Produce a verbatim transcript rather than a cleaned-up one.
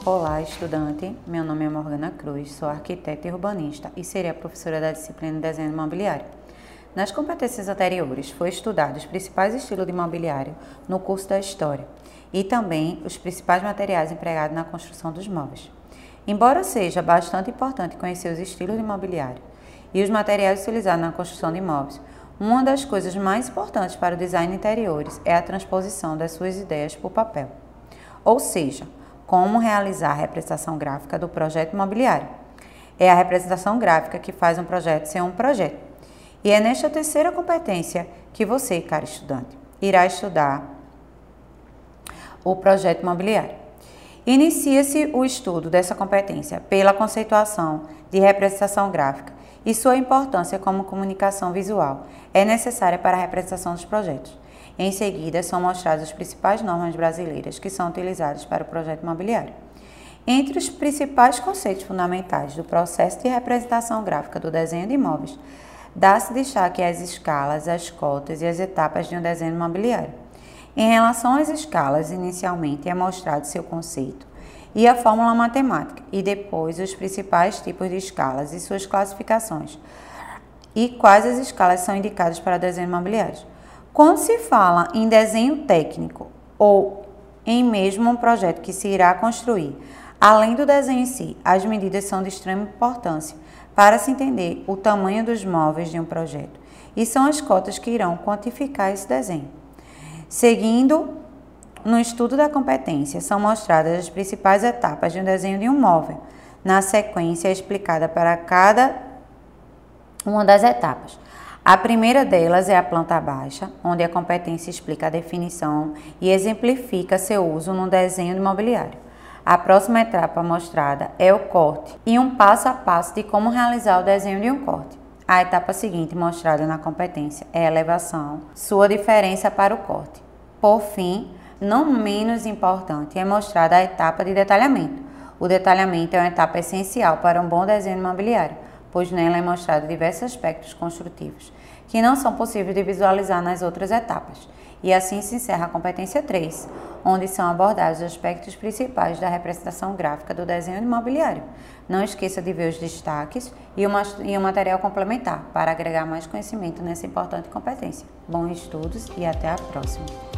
Olá, estudante. Meu nome é Morgana Cruz, sou arquiteta e urbanista e serei a professora da disciplina de Desenho Imobiliário. Nas competências anteriores, foi estudado os principais estilos de imobiliário no curso da História e também os principais materiais empregados na construção dos móveis. Embora seja bastante importante conhecer os estilos de imobiliário e os materiais utilizados na construção de imóveis, uma das coisas mais importantes para o design de interiores é a transposição das suas ideias para o papel, ou seja, como realizar a representação gráfica do projeto imobiliário. É a representação gráfica que faz um projeto ser um projeto. E é nesta terceira competência que você, cara estudante, irá estudar o projeto imobiliário. Inicia-se o estudo dessa competência pela conceituação de representação gráfica e sua importância como comunicação visual é necessária para a representação dos projetos. Em seguida, são mostradas as principais normas brasileiras que são utilizadas para o projeto imobiliário. Entre os principais conceitos fundamentais do processo de representação gráfica do desenho de imóveis, dá-se destaque às escalas, as cotas e as etapas de um desenho imobiliário. Em relação às escalas, inicialmente é mostrado seu conceito e a fórmula matemática, e depois os principais tipos de escalas e suas classificações, e quais as escalas são indicadas para desenho imobiliário. Quando se fala em desenho técnico ou em mesmo um projeto que se irá construir, além do desenho em si, as medidas são de extrema importância para se entender o tamanho dos móveis de um projeto e são as cotas que irão quantificar esse desenho. Seguindo no estudo da competência, são mostradas as principais etapas de um desenho de um móvel. Na sequência é explicada para cada uma das etapas. A primeira delas é a planta baixa, onde a competência explica a definição e exemplifica seu uso no desenho de mobiliário. A próxima etapa mostrada é o corte e um passo a passo de como realizar o desenho de um corte. A etapa seguinte mostrada na competência é a elevação, sua diferença para o corte. Por fim, não menos importante, é mostrada a etapa de detalhamento. O detalhamento é uma etapa essencial para um bom desenho imobiliário, pois nela é mostrado diversos aspectos construtivos, que não são possíveis de visualizar nas outras etapas. E assim se encerra a competência três, onde são abordados os aspectos principais da representação gráfica do desenho imobiliário. Não esqueça de ver os destaques e o, e o material complementar para agregar mais conhecimento nessa importante competência. Bons estudos e até a próxima!